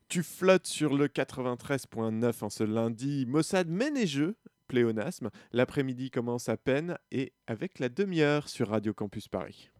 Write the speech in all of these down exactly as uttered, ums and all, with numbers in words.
Tu flottes sur le quatre-vingt-treize virgule neuf en ce lundi. Mossad ménageux, pléonasme. L'après-midi commence à peine et avec la demi-heure sur Radio Campus Paris.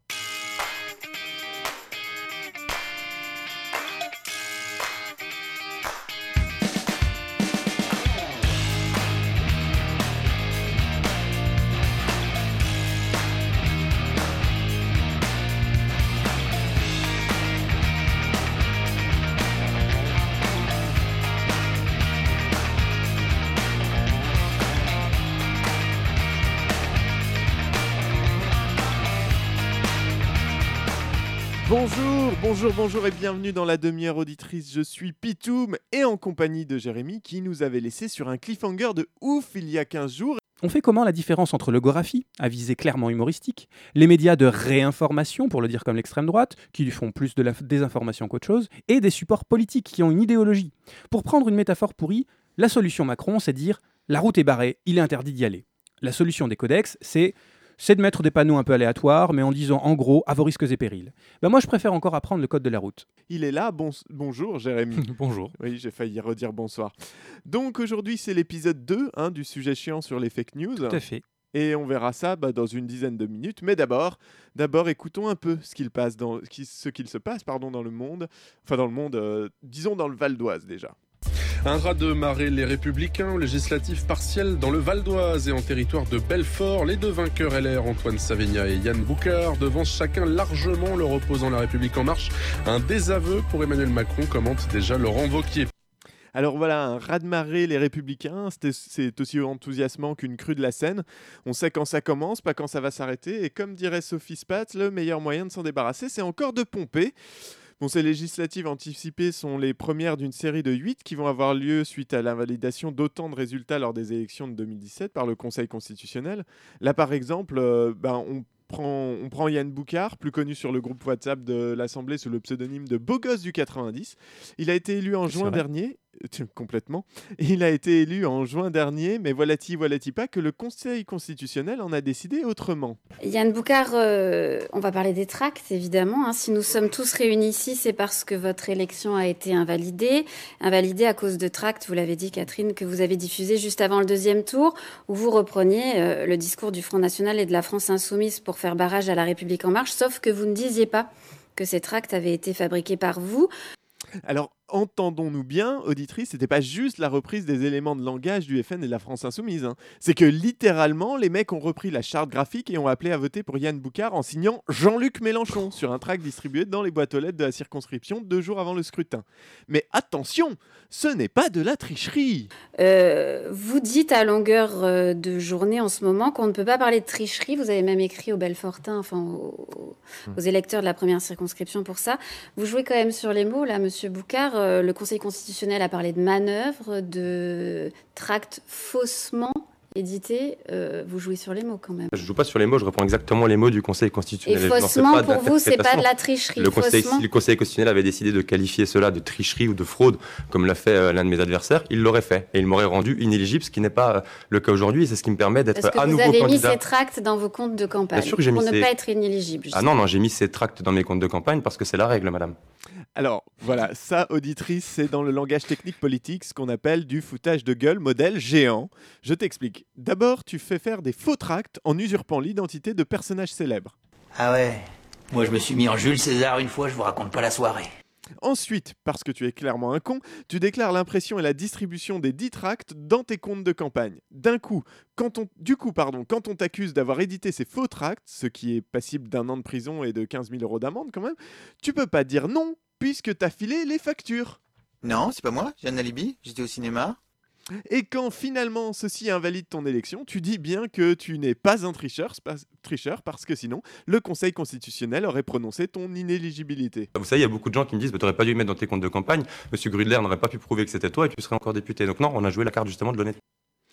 Bonjour, bonjour, bonjour et bienvenue dans la demi-heure auditrice. Je suis Pitoum et en compagnie de Jérémy qui nous avait laissé sur un cliffhanger de ouf il y a quinze jours. On fait comment la différence entre le Gorafi, à visée clairement humoristique, les médias de réinformation, pour le dire comme l'extrême droite, qui lui font plus de la désinformation qu'autre chose, et des supports politiques qui ont une idéologie. Pour prendre une métaphore pourrie, la solution Macron, c'est dire « la route est barrée, il est interdit d'y aller ». La solution des codex, c'est... c'est de mettre des panneaux un peu aléatoires, mais en disant en gros à vos risques et périls. Ben moi, je préfère encore apprendre le code de la route. Il est là, bon, bonjour Jérémy. Bonjour. Oui, j'ai failli redire bonsoir. Donc aujourd'hui, c'est l'épisode deux hein, du sujet chiant sur les fake news. Tout à fait. Et on verra ça bah, dans une dizaine de minutes. Mais d'abord, d'abord écoutons un peu ce qu'il, passe dans, ce qu'il se passe pardon, dans le monde, enfin dans le monde, euh, disons dans le Val d'Oise déjà. Un raz-de-marée, les Républicains, législatif partiel dans le Val d'Oise et en territoire de Belfort. Les deux vainqueurs L R, Antoine Savegna et Yann Boucard, devancent chacun largement leur opposant La République En Marche. Un désaveu pour Emmanuel Macron, commente déjà Laurent Wauquiez. Alors voilà, un raz-de-marée, les Républicains, c'est, c'est aussi enthousiasmant qu'une crue de la Seine. On sait quand ça commence, pas quand ça va s'arrêter. Et comme dirait Sophie Spatz, le meilleur moyen de s'en débarrasser, c'est encore de pomper. Bon, ces législatives anticipées sont les premières d'une série de huit qui vont avoir lieu suite à l'invalidation d'autant de résultats lors des élections de deux mille dix-sept par le Conseil constitutionnel. Là, par exemple, euh, ben, on, prend, on prend Yann Boucard, plus connu sur le groupe WhatsApp de l'Assemblée sous le pseudonyme de Beau Gosse du quatre-vingt-dix. Il a été élu en C'est juin vrai. dernier. Complètement. Il a été élu en juin dernier, mais voilà-t-il, voilà-t-il pas que le Conseil constitutionnel en a décidé autrement. Yann Boucard, euh, on va parler des tracts, évidemment. Hein. Si nous sommes tous réunis ici, c'est parce que votre élection a été invalidée. Invalidée à cause de tracts, vous l'avez dit, Catherine, que vous avez diffusé juste avant le deuxième tour, où vous repreniez euh, le discours du Front National et de la France Insoumise pour faire barrage à La République En Marche, sauf que vous ne disiez pas que ces tracts avaient été fabriqués par vous. Alors, entendons-nous bien, auditrice, c'était pas juste la reprise des éléments de langage du F N et de la France Insoumise. Hein. C'est que littéralement, les mecs ont repris la charte graphique et ont appelé à voter pour Yann Boucard en signant Jean-Luc Mélenchon sur un tract distribué dans les boîtes aux lettres de la circonscription deux jours avant le scrutin. Mais attention, ce n'est pas de la tricherie. Euh, vous dites à longueur euh, de journée en ce moment qu'on ne peut pas parler de tricherie. Vous avez même écrit aux Belfortins, enfin aux, aux électeurs de la première circonscription pour ça. Vous jouez quand même sur les mots, là, Monsieur Boucard. Euh, le Conseil constitutionnel a parlé de manœuvre, de tracts faussement édité, euh, vous jouez sur les mots quand même. Je ne joue pas sur les mots, je reprends exactement les mots du Conseil Et constitutionnel. faussement, pas pour vous, c'est pas de d'interprétation. la tricherie. Le Conseil, Faussement. si le Conseil constitutionnel avait décidé de qualifier cela de tricherie ou de fraude, comme l'a fait euh, l'un de mes adversaires, il l'aurait fait. Et il m'aurait rendu inéligible, ce qui n'est pas euh, le cas aujourd'hui. Et c'est ce qui me permet d'être Est-ce que à vous nouveau avez candidat. mis ces tracts dans vos comptes de campagne Bien sûr que j'ai pour mis ne ces- pas être inéligible Ah non, non, j'ai mis ces tracts dans mes comptes de campagne parce que c'est la règle, madame. Alors, voilà, ça, auditrice, c'est dans le langage technique politique ce qu'on appelle du foutage de gueule modèle géant. Je t'explique. D'abord, tu fais faire des faux tracts en usurpant l'identité de personnages célèbres. Ah ouais. Moi je me suis mis en Jules César une fois, je vous raconte pas la soirée. Ensuite, parce que tu es clairement un con, tu déclares l'impression et la distribution des dix tracts dans tes comptes de campagne. D'un coup, quand on, du coup, pardon, quand on t'accuse d'avoir édité ces faux tracts, ce qui est passible d'un an de prison et de quinze mille euros d'amende quand même, tu peux pas dire non, puisque t'as filé les factures. Non, c'est pas moi, j'ai un alibi, j'étais au cinéma. Et quand finalement ceci invalide ton élection, tu dis bien que tu n'es pas un tricheur, spa- tricheur parce que sinon, le Conseil constitutionnel aurait prononcé ton inéligibilité. Vous savez, il y a beaucoup de gens qui me disent bah, tu n'aurais pas dû le mettre dans tes comptes de campagne. Monsieur Grudler n'aurait pas pu prouver que c'était toi et tu serais encore député. Donc non, on a joué la carte justement de l'honnêteté.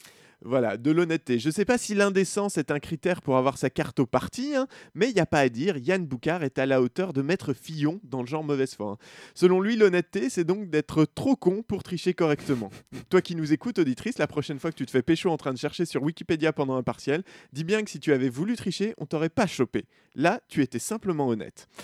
Voilà, de l'honnêteté. Je ne sais pas si l'indécence est un critère pour avoir sa carte au parti, hein, mais il n'y a pas à dire, Yann Boucard est à la hauteur de Maître Fillon dans le genre mauvaise foi. hein. Selon lui, l'honnêteté, c'est donc d'être trop con pour tricher correctement. Toi qui nous écoutes, auditrice, la prochaine fois que tu te fais pécho en train de chercher sur Wikipédia pendant un partiel, dis bien que si tu avais voulu tricher, on t'aurait pas chopé. Là, tu étais simplement honnête.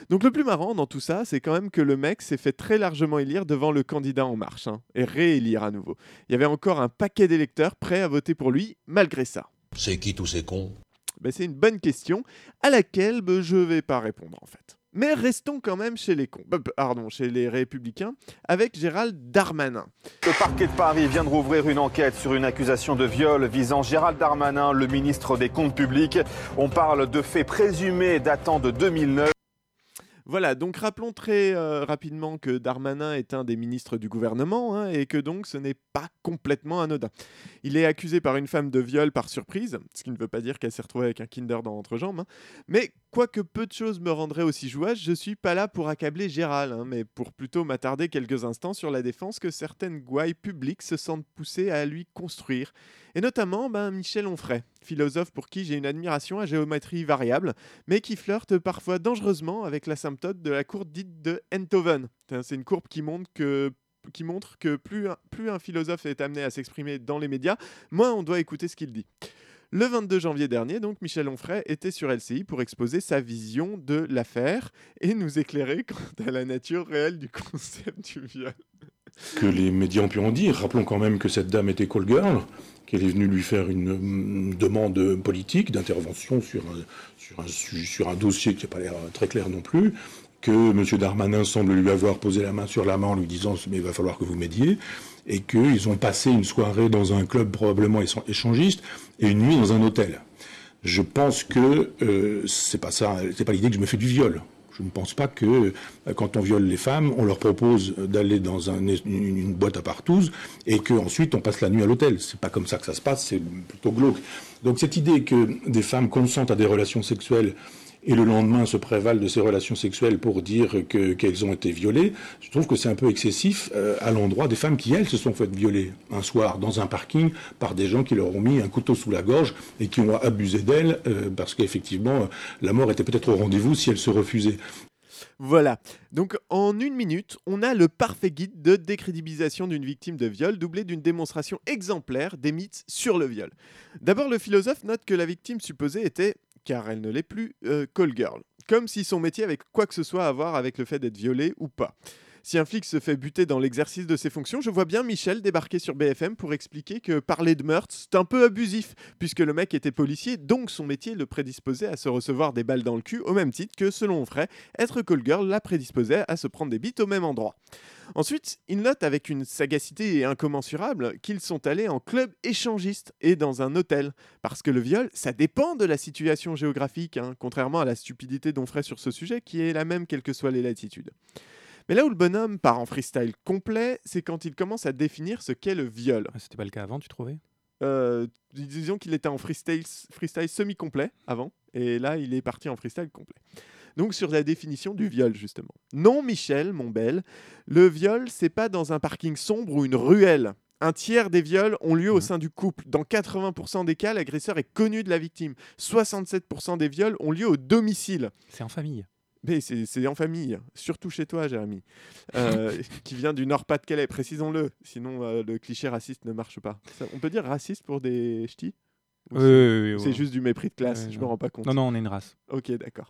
Donc le plus marrant dans tout ça, c'est quand même que le mec s'est fait très largement élire devant le candidat En Marche, hein, et réélire à nouveau. Il y avait encore un paquet d'électeurs prêts à voter pour lui, malgré ça. C'est qui tous ces cons ? Ben, c'est une bonne question, à laquelle ben, je ne vais pas répondre en fait. Mais restons quand même chez les cons, euh, pardon, chez les Républicains, avec Gérald Darmanin. Le parquet de Paris vient de rouvrir une enquête sur une accusation de viol visant Gérald Darmanin, le ministre des Comptes publics. On parle de faits présumés datant de deux mille neuf. Voilà, donc rappelons très euh, rapidement que Darmanin est un des ministres du gouvernement, hein, et que donc ce n'est pas complètement anodin. Il est accusé par une femme de viol par surprise, ce qui ne veut pas dire qu'elle s'est retrouvée avec un Kinder dans l'entrejambe, hein. Mais quoique peu de choses me rendraient aussi jouage, je suis pas là pour accabler Gérald, hein, mais pour plutôt m'attarder quelques instants sur la défense que certaines gouailles publiques se sentent poussées à lui construire. Et notamment ben, Michel Onfray, philosophe pour qui j'ai une admiration à géométrie variable, mais qui flirte parfois dangereusement avec l'asymptote de la courbe dite de Enthoven. C'est une courbe qui montre que, qui montre que plus, un, plus un philosophe est amené à s'exprimer dans les médias, moins on doit écouter ce qu'il dit. Le vingt-deux janvier dernier, donc, Michel Onfray était sur L C I pour exposer sa vision de l'affaire et nous éclairer quant à la nature réelle du concept du viol. Que les médias ont pu en dire. Rappelons quand même que cette dame était call girl, qu'elle est venue lui faire une, une demande politique d'intervention sur un, sur, un, sur un dossier qui n'a pas l'air très clair non plus, que M. Darmanin semble lui avoir posé la main sur la main en lui disant « mais il va falloir que vous m'aidiez », et qu'ils ont passé une soirée dans un club probablement échangiste et une nuit dans un hôtel. Je pense que euh, c'est pas ça, c'est pas l'idée que je me fais du viol. Je ne pense pas que, quand on viole les femmes, on leur propose d'aller dans un, une, une boîte à partouze et qu'ensuite on passe la nuit à l'hôtel. C'est pas comme ça que ça se passe, c'est plutôt glauque. Donc cette idée que des femmes consentent à des relations sexuelles et le lendemain se prévalent de ces relations sexuelles pour dire que, qu'elles ont été violées, je trouve que c'est un peu excessif euh, à l'endroit des femmes qui, elles, se sont faites violer un soir dans un parking par des gens qui leur ont mis un couteau sous la gorge et qui ont abusé d'elles euh, parce qu'effectivement, la mort était peut-être au rendez-vous si elles se refusaient. Voilà, donc en une minute, on a le parfait guide de décrédibilisation d'une victime de viol, doublé d'une démonstration exemplaire des mythes sur le viol. D'abord, le philosophe note que la victime supposée était, car elle ne l'est plus, euh, call girl, comme si son métier avait quoi que ce soit à voir avec le fait d'être violée ou pas. Si un flic se fait buter dans l'exercice de ses fonctions, je vois bien Michel débarquer sur B F M pour expliquer que parler de meurtre, c'est un peu abusif, puisque le mec était policier, donc son métier le prédisposait à se recevoir des balles dans le cul, au même titre que, selon Onfray, être call girl la prédisposait à se prendre des bites au même endroit. Ensuite, il note avec une sagacité incommensurable qu'ils sont allés en club échangiste et dans un hôtel, parce que le viol, ça dépend de la situation géographique, hein, contrairement à la stupidité d'Onfray sur ce sujet, qui est la même quelles que soient les latitudes. Mais là où le bonhomme part en freestyle complet, c'est quand il commence à définir ce qu'est le viol. C'était pas le cas avant, tu trouvais ? euh, Disons qu'il était en freestyle, freestyle semi-complet avant, et là il est parti en freestyle complet. Donc sur la définition du viol justement. Non Michel, mon bel, le viol c'est pas dans un parking sombre ou une ruelle. Un tiers des viols ont lieu au sein du couple. Dans quatre-vingts pour cent des cas, l'agresseur est connu de la victime. soixante-sept pour cent des viols ont lieu au domicile. C'est en famille. Mais c'est, c'est en famille, surtout chez toi, Jérémy, euh, qui vient du Nord-Pas-de-Calais, précisons-le, sinon euh, le cliché raciste ne marche pas. Ça, on peut dire raciste pour des ch'tis ? Oui, oui, oui, c'est oui. juste du mépris de classe, oui, je non. me rends pas compte. Non, non, on est une race. Ok, d'accord.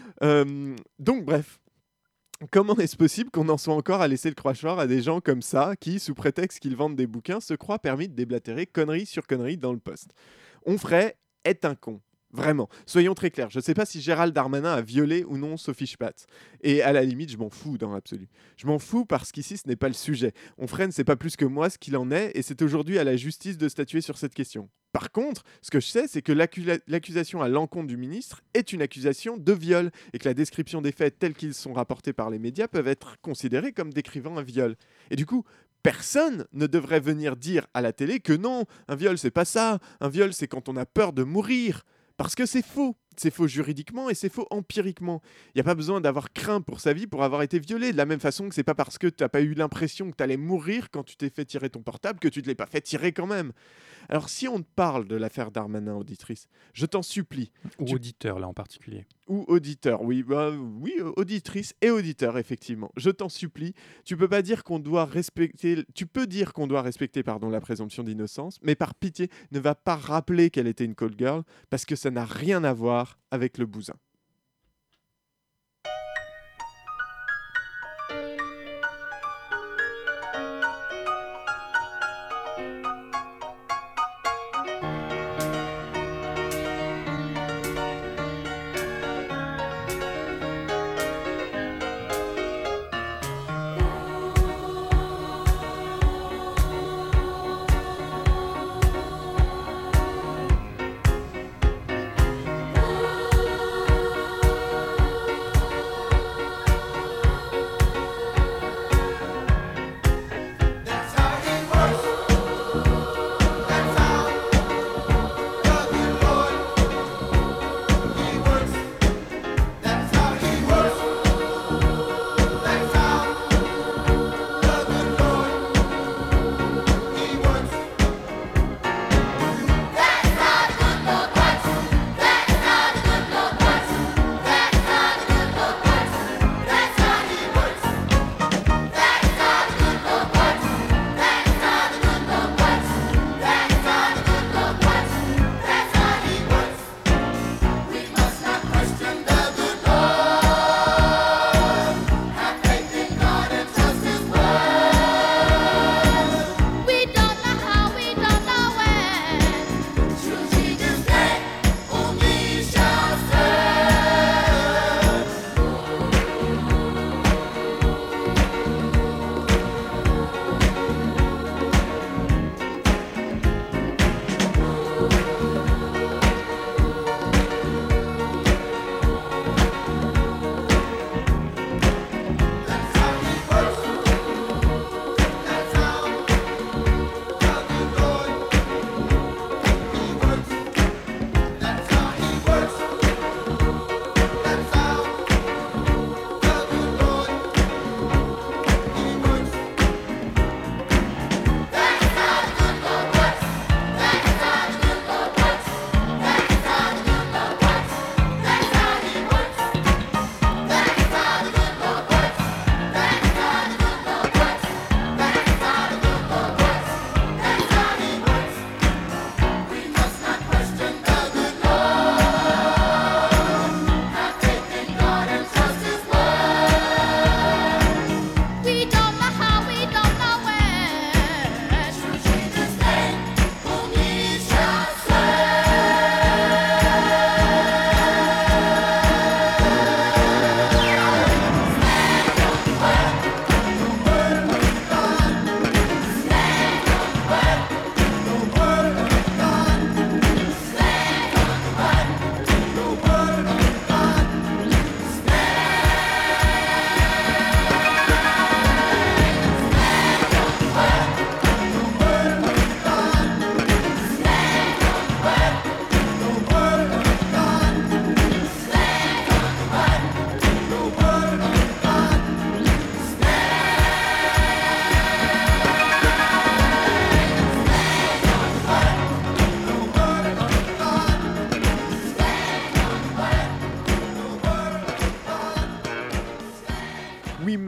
Euh, donc, bref. Comment est-ce possible qu'on en soit encore à laisser le crachoir à des gens comme ça, qui, sous prétexte qu'ils vendent des bouquins, se croient permis de déblatérer conneries sur conneries dans le poste ? Onfray est un con. Vraiment, soyons très clairs, je ne sais pas si Gérald Darmanin a violé ou non Sophie Spatz. Et à la limite, je m'en fous dans l'absolu. Je m'en fous parce qu'ici, ce n'est pas le sujet. Onfray ne sait pas plus que moi ce qu'il en est, et c'est aujourd'hui à la justice de statuer sur cette question. Par contre, ce que je sais, c'est que l'accu- l'accusation à l'encontre du ministre est une accusation de viol, et que la description des faits tels qu'ils sont rapportés par les médias peuvent être considérés comme décrivant un viol. Et du coup, personne ne devrait venir dire à la télé que non, un viol c'est pas ça, un viol c'est quand on a peur de mourir. Parce que c'est faux. C'est faux juridiquement et c'est faux empiriquement. Il n'y a pas besoin d'avoir craint pour sa vie pour avoir été violé. De la même façon que c'est pas parce que tu n'as pas eu l'impression que tu allais mourir quand tu t'es fait tirer ton portable que tu ne te l'es pas fait tirer quand même. Alors si on te parle de l'affaire Darmanin, auditrice, je t'en supplie. Ou tu... auditeur, là en particulier. Ou auditeur, oui, bah, oui, auditrice et auditeur, effectivement. Je t'en supplie. Tu peux pas dire qu'on doit respecter... Tu peux dire qu'on doit respecter pardon, la présomption d'innocence, mais par pitié, ne va pas rappeler qu'elle était une call girl, parce que ça n'a rien à voir avec le bousin.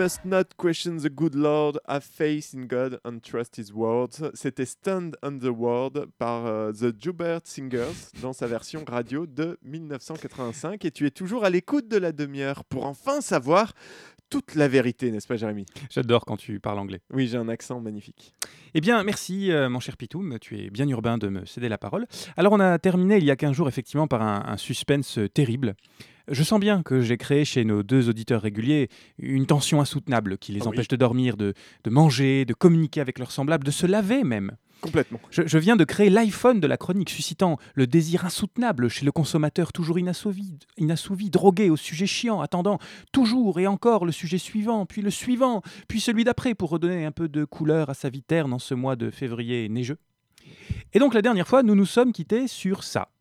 must not question the good Lord, have faith in God and trust his words. C'était Stand on the Word par euh, The Joubert Singers dans sa version radio de dix-neuf cent quatre-vingt-cinq. Et tu es toujours à l'écoute de la demi-heure pour enfin savoir toute la vérité, n'est-ce pas Jérémy ? J'adore quand tu parles anglais. Oui, j'ai un accent magnifique. Eh bien, merci euh, mon cher Pitoum, tu es bien urbain de me céder la parole. Alors on a terminé il y a quinze jours effectivement par un, un suspense terrible. Je sens bien que j'ai créé chez nos deux auditeurs réguliers une tension insoutenable qui les Ah oui. empêche de dormir, de, de manger, de communiquer avec leurs semblables, de se laver même. Complètement. Je, je viens de créer l'iPhone de la chronique, suscitant le désir insoutenable chez le consommateur toujours inassouvi, inassouvi, drogué au sujet chiant, attendant toujours et encore le sujet suivant, puis le suivant, puis celui d'après pour redonner un peu de couleur à sa vie terne en ce mois de février neigeux. Et donc la dernière fois, nous nous sommes quittés sur ça.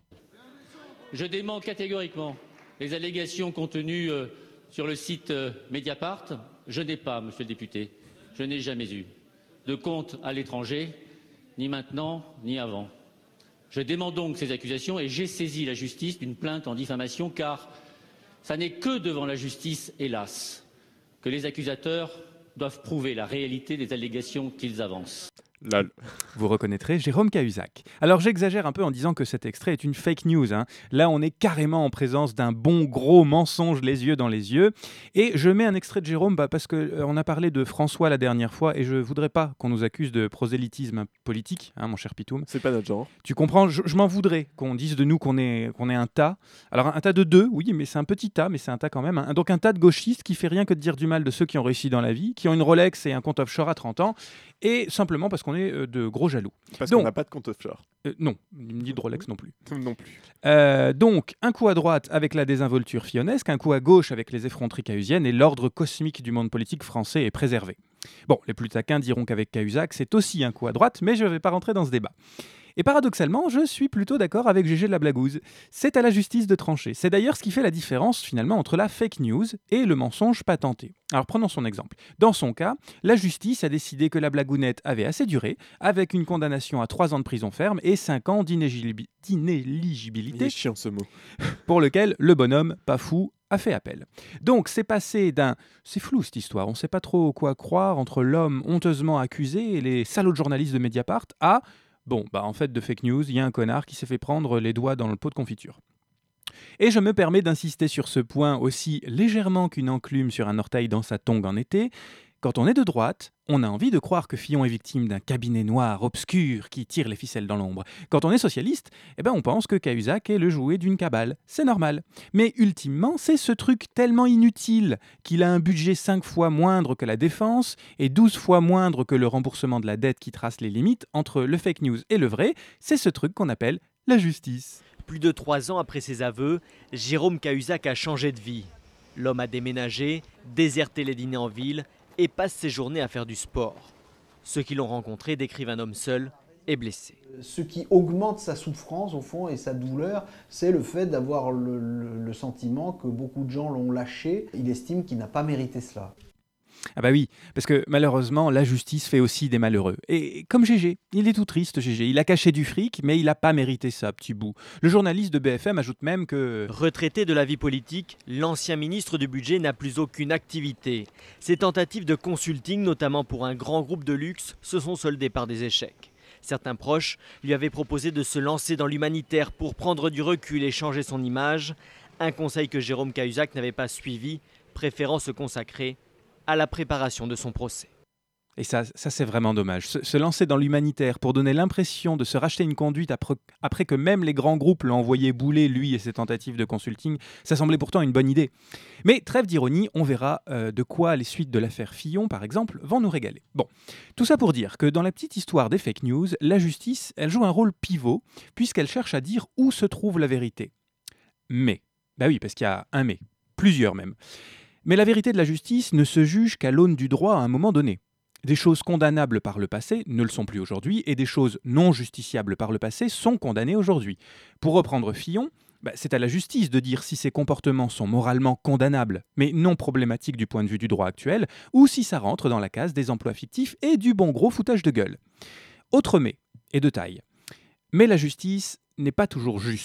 Je dément catégoriquement les allégations contenues euh, sur le site euh, Mediapart. Je n'ai pas, monsieur le député, je n'ai jamais eu de compte à l'étranger, ni maintenant, ni avant. Je dément donc ces accusations et j'ai saisi la justice d'une plainte en diffamation, car ça n'est que devant la justice, hélas, que les accusateurs doivent prouver la réalité des allégations qu'ils avancent. Lol. Vous reconnaîtrez Jérôme Cahuzac. Alors j'exagère un peu en disant que cet extrait est une fake news. Hein. Là, on est carrément en présence d'un bon gros mensonge les yeux dans les yeux. Et je mets un extrait de Jérôme bah, parce qu'on euh, a parlé de François la dernière fois et je voudrais pas qu'on nous accuse de prosélytisme politique, hein, mon cher Pitoum. C'est pas notre genre. Tu comprends, je, je m'en voudrais qu'on dise de nous qu'on est, qu'on est un tas. Alors un, un tas de deux, oui, mais c'est un petit tas, mais c'est un tas quand même. Hein. Donc un tas de gauchistes qui fait rien que de dire du mal de ceux qui ont réussi dans la vie, qui ont une Rolex et un compte offshore à trente ans, et simplement parce qu'on est euh, de gros jaloux. Parce donc, qu'on n'a pas de compte offshore. Euh, non, ni de Rolex non plus. Non plus. Euh, donc, un coup à droite avec la désinvolture fionesque, un coup à gauche avec les effronteries cahusiennes, et l'ordre cosmique du monde politique français est préservé. Bon, les plus taquins diront qu'avec Cahuzac, c'est aussi un coup à droite, mais je ne vais pas rentrer dans ce débat. Et paradoxalement, je suis plutôt d'accord avec Gégé de la Blagouze. C'est à la justice de trancher. C'est d'ailleurs ce qui fait la différence finalement entre la fake news et le mensonge patenté. Alors prenons son exemple. Dans son cas, la justice a décidé que la blagounette avait assez duré, avec une condamnation à trois ans de prison ferme et cinq ans d'inéligibilité, Il est chiant ce mot. pour lequel le bonhomme, pas fou, a fait appel. Donc c'est passé d'un... C'est flou cette histoire, on ne sait pas trop quoi croire entre l'homme honteusement accusé et les salauds de journalistes de Mediapart à... Bon, bah en fait, de fake news, il y a un connard qui s'est fait prendre les doigts dans le pot de confiture. Et je me permets d'insister sur ce point aussi légèrement qu'une enclume sur un orteil dans sa tongue en été. Quand on est de droite, on a envie de croire que Fillon est victime d'un cabinet noir, obscur, qui tire les ficelles dans l'ombre. Quand on est socialiste, eh ben on pense que Cahuzac est le jouet d'une cabale. C'est normal. Mais ultimement, c'est ce truc tellement inutile qu'il a un budget cinq fois moindre que la défense et douze fois moindre que le remboursement de la dette qui trace les limites entre le fake news et le vrai. C'est ce truc qu'on appelle la justice. Plus de trois ans après ses aveux, Jérôme Cahuzac a changé de vie. L'homme a déménagé, déserté les dîners en ville et passe ses journées à faire du sport. Ceux qui l'ont rencontré décrivent un homme seul et blessé. Ce qui augmente sa souffrance, au fond, et sa douleur, c'est le fait d'avoir le, le, le sentiment que beaucoup de gens l'ont lâché. Il estime qu'il n'a pas mérité cela. Ah bah oui, parce que malheureusement, la justice fait aussi des malheureux. Et comme Gégé, il est tout triste, Gégé. Il a caché du fric, mais il n'a pas mérité ça, petit bout. Le journaliste de B F M ajoute même que... Retraité de la vie politique, l'ancien ministre du budget n'a plus aucune activité. Ses tentatives de consulting, notamment pour un grand groupe de luxe, se sont soldées par des échecs. Certains proches lui avaient proposé de se lancer dans l'humanitaire pour prendre du recul et changer son image. Un conseil que Jérôme Cahuzac n'avait pas suivi, préférant se consacrer à la préparation de son procès. Et ça, ça c'est vraiment dommage. Se, se lancer dans l'humanitaire pour donner l'impression de se racheter une conduite après, après que même les grands groupes l'ont envoyé bouler, lui et ses tentatives de consulting, ça semblait pourtant une bonne idée. Mais trêve d'ironie, on verra euh, de quoi les suites de l'affaire Fillon, par exemple, vont nous régaler. Bon, tout ça pour dire que dans la petite histoire des fake news, la justice, elle joue un rôle pivot, puisqu'elle cherche à dire où se trouve la vérité. Mais, bah oui, parce qu'il y a un mais, plusieurs même. Mais la vérité de la justice ne se juge qu'à l'aune du droit à un moment donné. Des choses condamnables par le passé ne le sont plus aujourd'hui et des choses non justiciables par le passé sont condamnées aujourd'hui. Pour reprendre Fillon, bah, c'est à la justice de dire si ces comportements sont moralement condamnables, mais non problématiques du point de vue du droit actuel, ou si ça rentre dans la case des emplois fictifs et du bon gros foutage de gueule. Autre mais, et de taille. Mais la justice n'est pas toujours juste.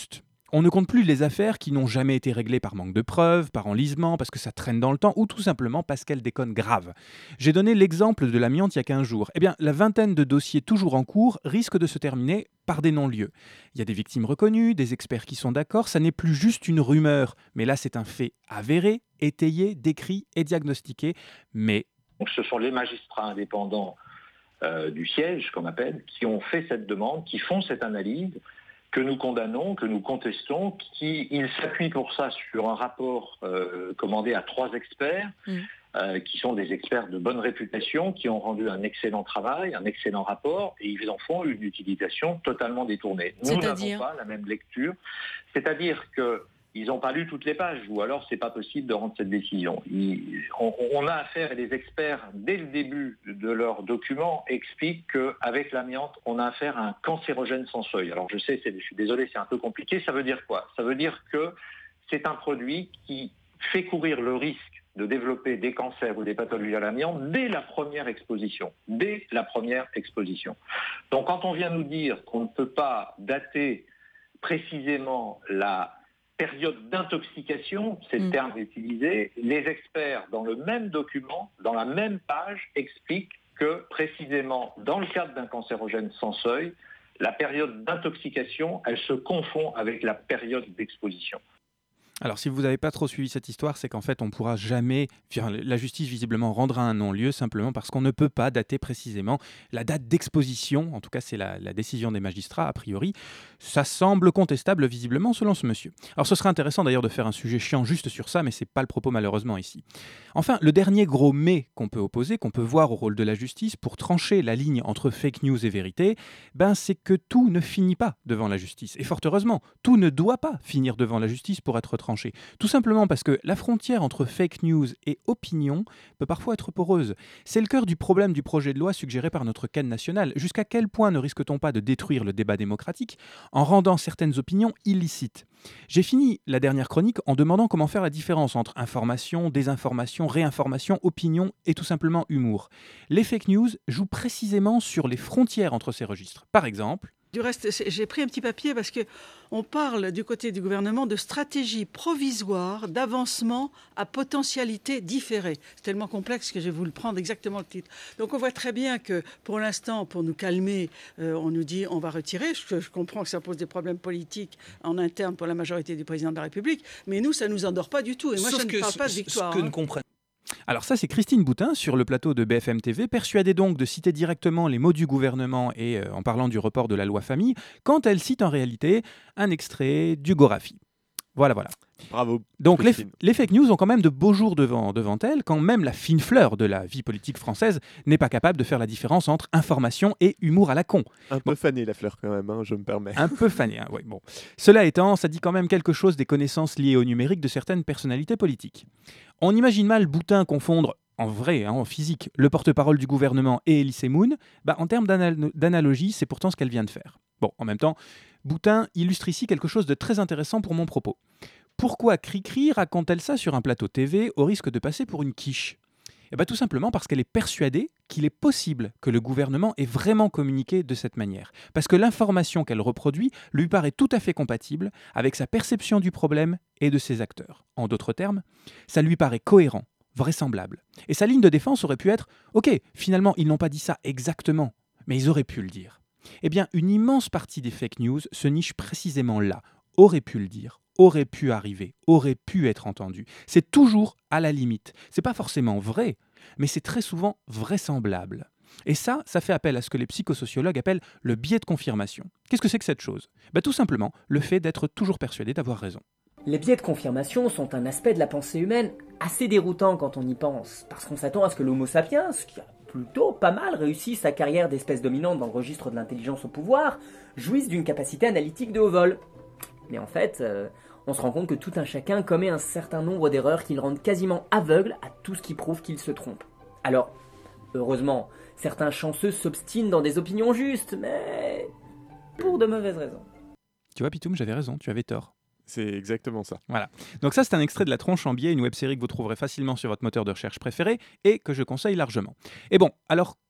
On ne compte plus les affaires qui n'ont jamais été réglées par manque de preuves, par enlisement, parce que ça traîne dans le temps, ou tout simplement parce qu'elles déconnent grave. J'ai donné l'exemple de l'amiante il y a quinze jours. Eh bien, la vingtaine de dossiers toujours en cours risquent de se terminer par des non-lieux. Il y a des victimes reconnues, des experts qui sont d'accord, ça n'est plus juste une rumeur, mais là c'est un fait avéré, étayé, décrit et diagnostiqué, mais... Donc, ce sont les magistrats indépendants euh, du siège, qu'on appelle, qui ont fait cette demande, qui font cette analyse, que nous condamnons, que nous contestons, qui ils s'appuient pour ça sur un rapport euh, commandé à trois experts, mmh. euh, qui sont des experts de bonne réputation, qui ont rendu un excellent travail, un excellent rapport, et ils en font une utilisation totalement détournée. Nous n'avons pas la même lecture, c'est-à-dire que ils n'ont pas lu toutes les pages, ou alors c'est pas possible de rendre cette décision. Ils, on, on a affaire, et les experts, dès le début de leur document, expliquent qu'avec l'amiante, on a affaire à un cancérogène sans seuil. Alors je sais, c'est, je suis désolé, c'est un peu compliqué. Ça veut dire quoi? Ça veut dire que c'est un produit qui fait courir le risque de développer des cancers ou des pathologies à l'amiante dès la première exposition. Dès la première exposition. Donc quand on vient nous dire qu'on ne peut pas dater précisément la période d'intoxication, c'est le mmh. terme utilisé, les experts dans le même document, dans la même page, expliquent que précisément dans le cadre d'un cancérogène sans seuil, la période d'intoxication, elle se confond avec la période d'exposition. Alors, si vous n'avez pas trop suivi cette histoire, c'est qu'en fait, on ne pourra jamais... Enfin, la justice, visiblement, rendra un non-lieu simplement parce qu'on ne peut pas dater précisément la date d'exposition. En tout cas, c'est la, la décision des magistrats, a priori. Ça semble contestable, visiblement, selon ce monsieur. Alors, ce serait intéressant, d'ailleurs, de faire un sujet chiant juste sur ça, mais ce n'est pas le propos, malheureusement, ici. Enfin, le dernier gros « mais » qu'on peut opposer, qu'on peut voir au rôle de la justice pour trancher la ligne entre fake news et vérité, ben, c'est que tout ne finit pas devant la justice. Et fort heureusement, tout ne doit pas finir devant la justice pour être tranché. Tout simplement parce que la frontière entre fake news et opinion peut parfois être poreuse. C'est le cœur du problème du projet de loi suggéré par notre cadre national. Jusqu'à quel point ne risque-t-on pas de détruire le débat démocratique en rendant certaines opinions illicites ? J'ai fini la dernière chronique en demandant comment faire la différence entre information, désinformation, réinformation, opinion et tout simplement humour. Les fake news jouent précisément sur les frontières entre ces registres. Par exemple... Du reste, j'ai pris un petit papier parce qu'on parle du côté du gouvernement de stratégie provisoire d'avancement à potentialité différée. C'est tellement complexe que je vais vous le prendre exactement le titre. Donc on voit très bien que pour l'instant, pour nous calmer, euh, on nous dit on va retirer. Je, je comprends que ça pose des problèmes politiques en interne pour la majorité du président de la République, mais nous, ça ne nous endort pas du tout. Et moi, Sauf je que ne parle ce, pas de victoire. Ce que hein. nous comprenons. Alors ça, c'est Christine Boutin sur le plateau de B F M T V, persuadée donc de citer directement les mots du gouvernement et euh, en parlant du report de la loi famille, quand elle cite en réalité un extrait du Gorafi. Voilà, voilà. Bravo. Donc les, les fake news ont quand même de beaux jours devant, devant elles, quand même la fine fleur de la vie politique française n'est pas capable de faire la différence entre information et humour à la con. Un bon. peu fané la fleur quand même, hein, je me permets. Un peu fané, hein, oui. Bon. Cela étant, ça dit quand même quelque chose des connaissances liées au numérique de certaines personnalités politiques. On imagine mal Boutin confondre, en vrai, hein, en physique, le porte-parole du gouvernement et Elie Semoun. Bah, en termes d'anal- d'analogie, c'est pourtant ce qu'elle vient de faire. Bon, en même temps, Boutin illustre ici quelque chose de très intéressant pour mon propos. Pourquoi Cricri raconte-t-elle ça sur un plateau T V au risque de passer pour une quiche ? Eh bien, tout simplement parce qu'elle est persuadée qu'il est possible que le gouvernement ait vraiment communiqué de cette manière. Parce que l'information qu'elle reproduit lui paraît tout à fait compatible avec sa perception du problème et de ses acteurs. En d'autres termes, ça lui paraît cohérent, vraisemblable. Et sa ligne de défense aurait pu être « Ok, finalement, ils n'ont pas dit ça exactement, mais ils auraient pu le dire. » Eh bien, une immense partie des fake news se niche précisément là, aurait pu le dire, aurait pu arriver, aurait pu être entendu. C'est toujours à la limite. C'est pas forcément vrai, mais c'est très souvent vraisemblable. Et ça, ça fait appel à ce que les psychosociologues appellent le biais de confirmation. Qu'est-ce que c'est que cette chose ? Ben, tout simplement, le fait d'être toujours persuadé d'avoir raison. Les biais de confirmation sont un aspect de la pensée humaine assez déroutant quand on y pense, parce qu'on s'attend à ce que l'homo sapiens, qui a plutôt pas mal réussi sa carrière d'espèce dominante dans le registre de l'intelligence au pouvoir, jouisse d'une capacité analytique de haut vol. Mais en fait, euh, on se rend compte que tout un chacun commet un certain nombre d'erreurs qui le rendent quasiment aveugle à tout ce qui prouve qu'il se trompe. Alors, heureusement, certains chanceux s'obstinent dans des opinions justes, mais pour de mauvaises raisons. Tu vois, Pitoum, j'avais raison, tu avais tort. C'est exactement ça. Voilà. Donc ça, c'est un extrait de La Tronche en biais, une web-série que vous trouverez facilement sur votre moteur de recherche préféré et que je conseille largement. Et bon, alors,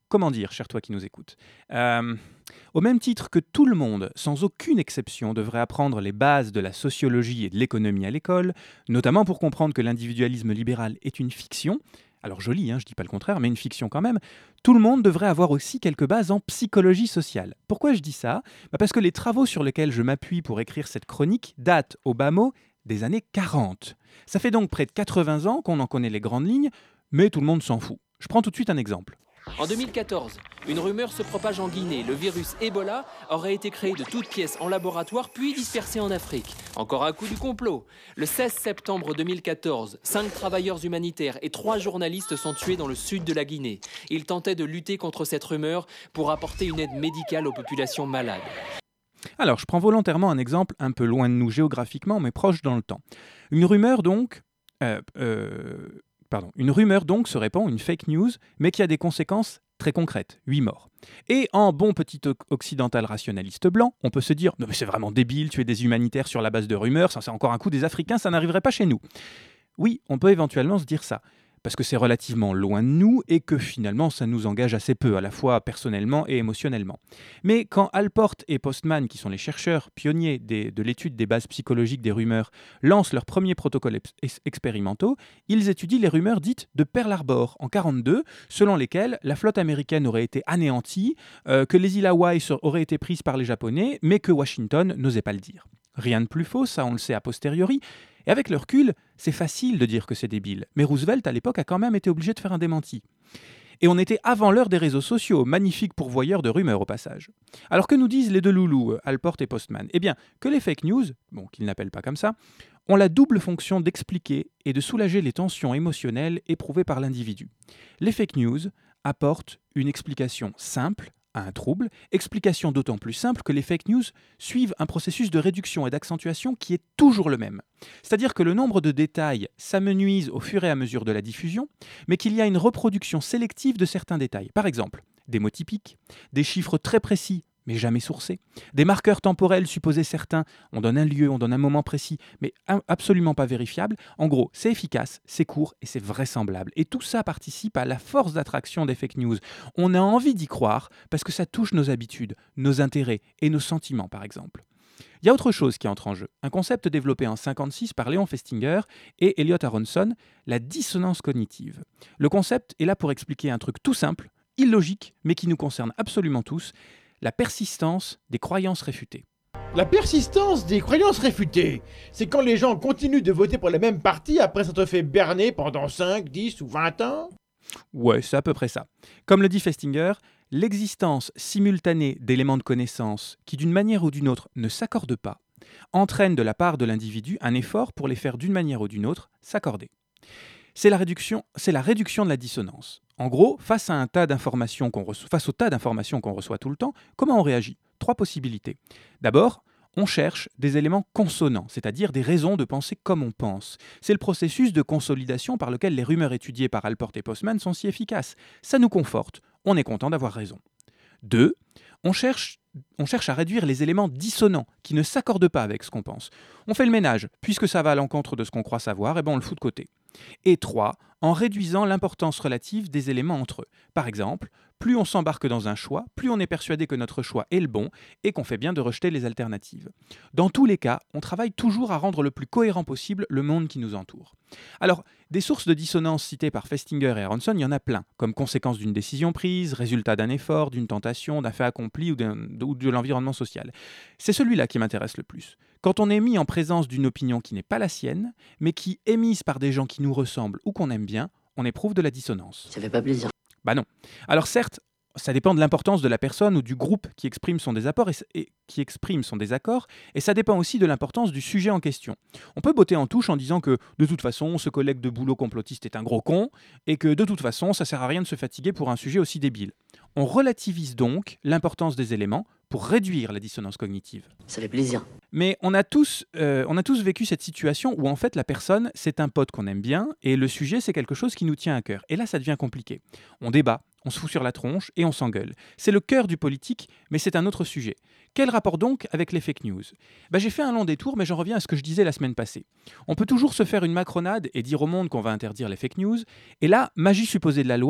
comment dire, cher toi qui nous écoutes, euh, au même titre que tout le monde, sans aucune exception, devrait apprendre les bases de la sociologie et de l'économie à l'école, notamment pour comprendre que l'individualisme libéral est une fiction, alors jolie, hein, je ne dis pas le contraire, mais une fiction quand même, tout le monde devrait avoir aussi quelques bases en psychologie sociale. Pourquoi je dis ça ? Bah parce que les travaux sur lesquels je m'appuie pour écrire cette chronique datent, au bas mot, des années quarante. Ça fait donc près de quatre-vingts ans qu'on en connaît les grandes lignes, mais tout le monde s'en fout. Je prends tout de suite un exemple. En deux mille quatorze, une rumeur se propage en Guinée. Le virus Ebola aurait été créé de toutes pièces en laboratoire puis dispersé en Afrique. Encore un coup du complot. Le seize septembre deux mille quatorze, cinq travailleurs humanitaires et trois journalistes sont tués dans le sud de la Guinée. Ils tentaient de lutter contre cette rumeur pour apporter une aide médicale aux populations malades. Alors, je prends volontairement un exemple un peu loin de nous géographiquement, mais proche dans le temps. Une rumeur donc... Euh, euh, Pardon, une rumeur donc se répand, une fake news, mais qui a des conséquences très concrètes, huit morts. Et en bon petit occidental rationaliste blanc, on peut se dire « Non mais c'est vraiment débile, tuer des humanitaires sur la base de rumeurs, ça c'est encore un coup des Africains, ça n'arriverait pas chez nous. » Oui, on peut éventuellement se dire ça, parce que c'est relativement loin de nous et que finalement ça nous engage assez peu, à la fois personnellement et émotionnellement. Mais quand Allport et Postman, qui sont les chercheurs pionniers des, de l'étude des bases psychologiques des rumeurs, lancent leurs premiers protocoles ex- expérimentaux, ils étudient les rumeurs dites de Pearl Harbor en quarante-deux, selon lesquelles la flotte américaine aurait été anéantie, euh, que les îles Hawaï auraient été prises par les Japonais, mais que Washington n'osait pas le dire. Rien de plus faux, ça on le sait a posteriori. Et avec le recul, c'est facile de dire que c'est débile. Mais Roosevelt, à l'époque, a quand même été obligé de faire un démenti. Et on était avant l'heure des réseaux sociaux, magnifiques pourvoyeurs de rumeurs au passage. Alors que nous disent les deux loulous, Allport et Postman ? Eh bien, que les fake news, bon, qu'ils n'appellent pas comme ça, ont la double fonction d'expliquer et de soulager les tensions émotionnelles éprouvées par l'individu. Les fake news apportent une explication simple à un trouble, explication d'autant plus simple que les fake news suivent un processus de réduction et d'accentuation qui est toujours le même. C'est-à-dire que le nombre de détails s'amenuise au fur et à mesure de la diffusion, mais qu'il y a une reproduction sélective de certains détails. Par exemple, des mots typiques, des chiffres très précis, mais jamais sourcés, des marqueurs temporels supposés certains, on donne un lieu, on donne un moment précis, mais absolument pas vérifiable. En gros, c'est efficace, c'est court et c'est vraisemblable. Et tout ça participe à la force d'attraction des fake news. On a envie d'y croire parce que ça touche nos habitudes, nos intérêts et nos sentiments, par exemple. Il y a autre chose qui entre en jeu, un concept développé en cinquante-six par Léon Festinger et Elliot Aronson, la dissonance cognitive. Le concept est là pour expliquer un truc tout simple, illogique, mais qui nous concerne absolument tous, la persistance des croyances réfutées. La persistance des croyances réfutées, c'est quand les gens continuent de voter pour la même parti après s'être fait berner pendant cinq, dix ou vingt ans ? Ouais, c'est à peu près ça. Comme le dit Festinger, l'existence simultanée d'éléments de connaissance qui, d'une manière ou d'une autre, ne s'accordent pas, entraîne de la part de l'individu un effort pour les faire d'une manière ou d'une autre s'accorder. C'est la réduction, c'est la réduction de la dissonance. En gros, face à un tas d'informations qu'on reçoit, face au tas d'informations qu'on reçoit tout le temps, comment on réagit ? Trois possibilités. D'abord, on cherche des éléments consonants, c'est-à-dire des raisons de penser comme on pense. C'est le processus de consolidation par lequel les rumeurs étudiées par Allport et Postman sont si efficaces. Ça nous conforte, on est content d'avoir raison. Deux, on cherche, on cherche à réduire les éléments dissonants qui ne s'accordent pas avec ce qu'on pense. On fait le ménage, puisque ça va à l'encontre de ce qu'on croit savoir, et ben on le fout de côté. Et trois, en réduisant l'importance relative des éléments entre eux. Par exemple, plus on s'embarque dans un choix, plus on est persuadé que notre choix est le bon et qu'on fait bien de rejeter les alternatives. Dans tous les cas, on travaille toujours à rendre le plus cohérent possible le monde qui nous entoure. Alors, des sources de dissonance citées par Festinger et Aronson, il y en a plein, comme conséquence d'une décision prise, résultat d'un effort, d'une tentation, d'un fait accompli ou, d'un, ou de l'environnement social. C'est celui-là qui m'intéresse le plus. Quand on est mis en présence d'une opinion qui n'est pas la sienne, mais qui est émise par des gens qui nous ressemblent ou qu'on aime bien, on éprouve de la dissonance. Ça fait pas plaisir. Bah non. Alors certes, ça dépend de l'importance de la personne ou du groupe qui exprime son désaccord et, et qui exprime son désaccord, et ça dépend aussi de l'importance du sujet en question. On peut botter en touche en disant que de toute façon, ce collègue de boulot complotiste est un gros con, et que de toute façon, ça sert à rien de se fatiguer pour un sujet aussi débile. On relativise donc l'importance des éléments pour réduire la dissonance cognitive. Ça fait plaisir. Mais on a tous, euh, on a tous vécu cette situation où en fait la personne, c'est un pote qu'on aime bien et le sujet, c'est quelque chose qui nous tient à cœur. Et là, ça devient compliqué. On débat, on se fout sur la tronche et on s'engueule. C'est le cœur du politique, mais c'est un autre sujet. Quel rapport donc avec les fake news ? Bah, j'ai fait un long détour, mais j'en reviens à ce que je disais la semaine passée. On peut toujours se faire une macronade et dire au monde qu'on va interdire les fake news. Et là, magie supposée de la loi,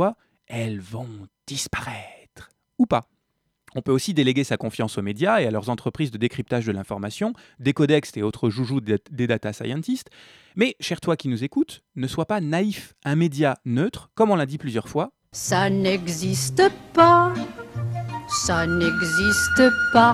elles vont disparaître. Ou pas. On peut aussi déléguer sa confiance aux médias et à leurs entreprises de décryptage de l'information, des codex et autres joujoux des data scientists. Mais, cher toi qui nous écoutes, ne sois pas naïf. Un média neutre, comme on l'a dit plusieurs fois, ça n'existe pas. Ça n'existe pas.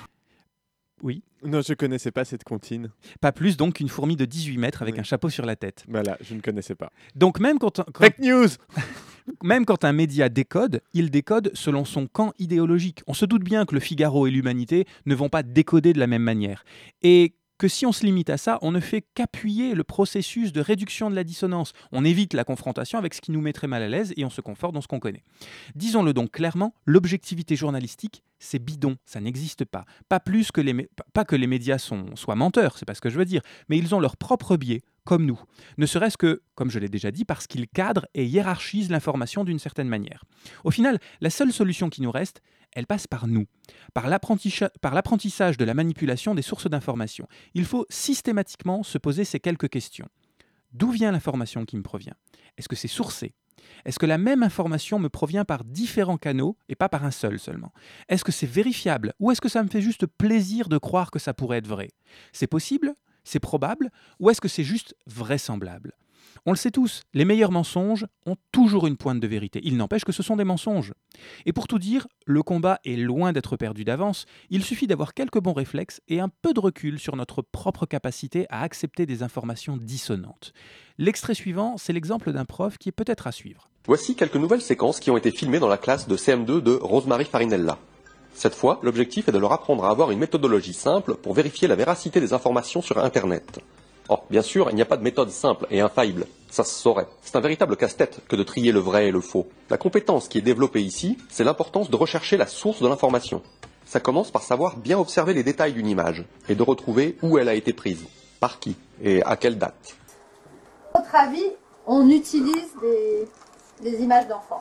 Oui. Non, je connaissais pas cette comptine. Pas plus donc qu'une fourmi de dix-huit mètres avec oui. un chapeau sur la tête. Voilà, je ne connaissais pas. Donc même quand... quand... Fake news. Même quand un média décode, il décode selon son camp idéologique. On se doute bien que le Figaro et l'Humanité ne vont pas décoder de la même manière. Et que si on se limite à ça, on ne fait qu'appuyer le processus de réduction de la dissonance. On évite la confrontation avec ce qui nous mettrait mal à l'aise et on se conforte dans ce qu'on connaît. Disons-le donc clairement, l'objectivité journalistique, c'est bidon, ça n'existe pas. Pas plus que les, pas que les médias sont, soient menteurs, c'est pas ce que je veux dire, mais ils ont leur propre biais, comme nous. Ne serait-ce que, comme je l'ai déjà dit, parce qu'ils cadrent et hiérarchisent l'information d'une certaine manière. Au final, la seule solution qui nous reste, elle passe par nous, par l'apprentissage, par l'apprentissage de la manipulation des sources d'information. Il faut systématiquement se poser ces quelques questions. D'où vient l'information qui me provient ? Est-ce que c'est sourcé ? Est-ce que la même information me provient par différents canaux et pas par un seul seulement ? Est-ce que c'est vérifiable ou est-ce que ça me fait juste plaisir de croire que ça pourrait être vrai ? C'est possible ? C'est probable ? Ou est-ce que c'est juste vraisemblable ? On le sait tous, les meilleurs mensonges ont toujours une pointe de vérité. Il n'empêche que ce sont des mensonges. Et pour tout dire, le combat est loin d'être perdu d'avance. Il suffit d'avoir quelques bons réflexes et un peu de recul sur notre propre capacité à accepter des informations dissonantes. L'extrait suivant, c'est l'exemple d'un prof qui est peut-être à suivre. Voici quelques nouvelles séquences qui ont été filmées dans la classe de C M deux de Rosemary Farinella. Cette fois, l'objectif est de leur apprendre à avoir une méthodologie simple pour vérifier la véracité des informations sur Internet. Oh, bien sûr, il n'y a pas de méthode simple et infaillible, ça se saurait. C'est un véritable casse-tête que de trier le vrai et le faux. La compétence qui est développée ici, c'est l'importance de rechercher la source de l'information. Ça commence par savoir bien observer les détails d'une image et de retrouver où elle a été prise, par qui et à quelle date. À votre avis, on utilise des, des images d'enfants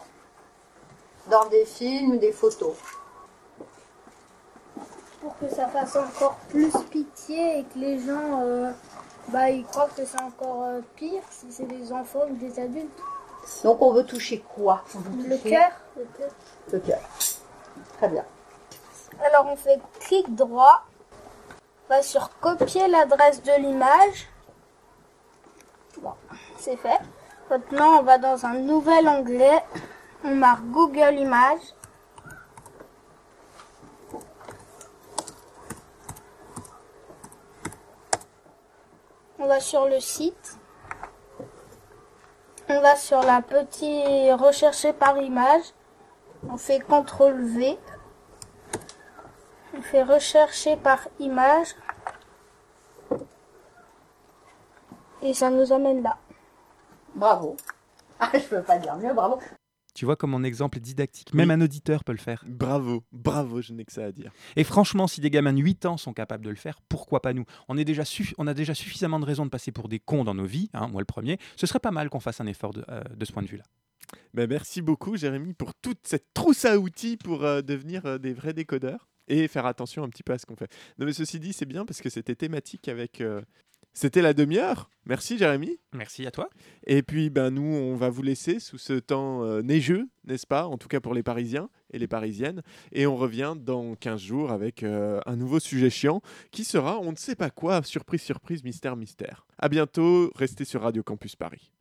dans des films ou des photos. Pour que ça fasse encore plus pitié et que les gens... Euh... Bah, ils croient que c'est encore euh, pire si c'est des enfants ou des adultes. Donc on veut toucher quoi? veut Le toucher... cœur. Le cœur. Le cœur. Très bien. Alors on fait clic droit. On va sur copier l'adresse de l'image. Bon, c'est fait. Maintenant on va dans un nouvel onglet. On marque Google Images. On va sur le site, on va sur la petite rechercher par image, on fait contrôle V, on fait rechercher par image et ça nous amène là. Bravo. Ah, je peux pas dire mieux, bravo. Tu vois comme mon exemple est didactique. Même oui. Un auditeur peut le faire. Bravo, bravo, je n'ai que ça à dire. Et franchement, si des gamins de huit ans sont capables de le faire, pourquoi pas nous ? On, est déjà suffi- on a déjà suffisamment de raisons de passer pour des cons dans nos vies, hein, moi le premier. Ce serait pas mal qu'on fasse un effort de, euh, de ce point de vue-là. Ben merci beaucoup, Jérémy, pour toute cette trousse à outils pour euh, devenir euh, des vrais décodeurs et faire attention un petit peu à ce qu'on fait. Non, mais ceci dit, c'est bien parce que c'était thématique avec... Euh... C'était la demi-heure. Merci Jérémy. Merci à toi. Et puis ben, nous, on va vous laisser sous ce temps euh, neigeux, n'est-ce pas ? En tout cas pour les Parisiens et les Parisiennes. Et on revient dans quinze jours avec euh, un nouveau sujet chiant qui sera, on ne sait pas quoi, surprise, surprise, mystère, mystère. À bientôt, restez sur Radio Campus Paris.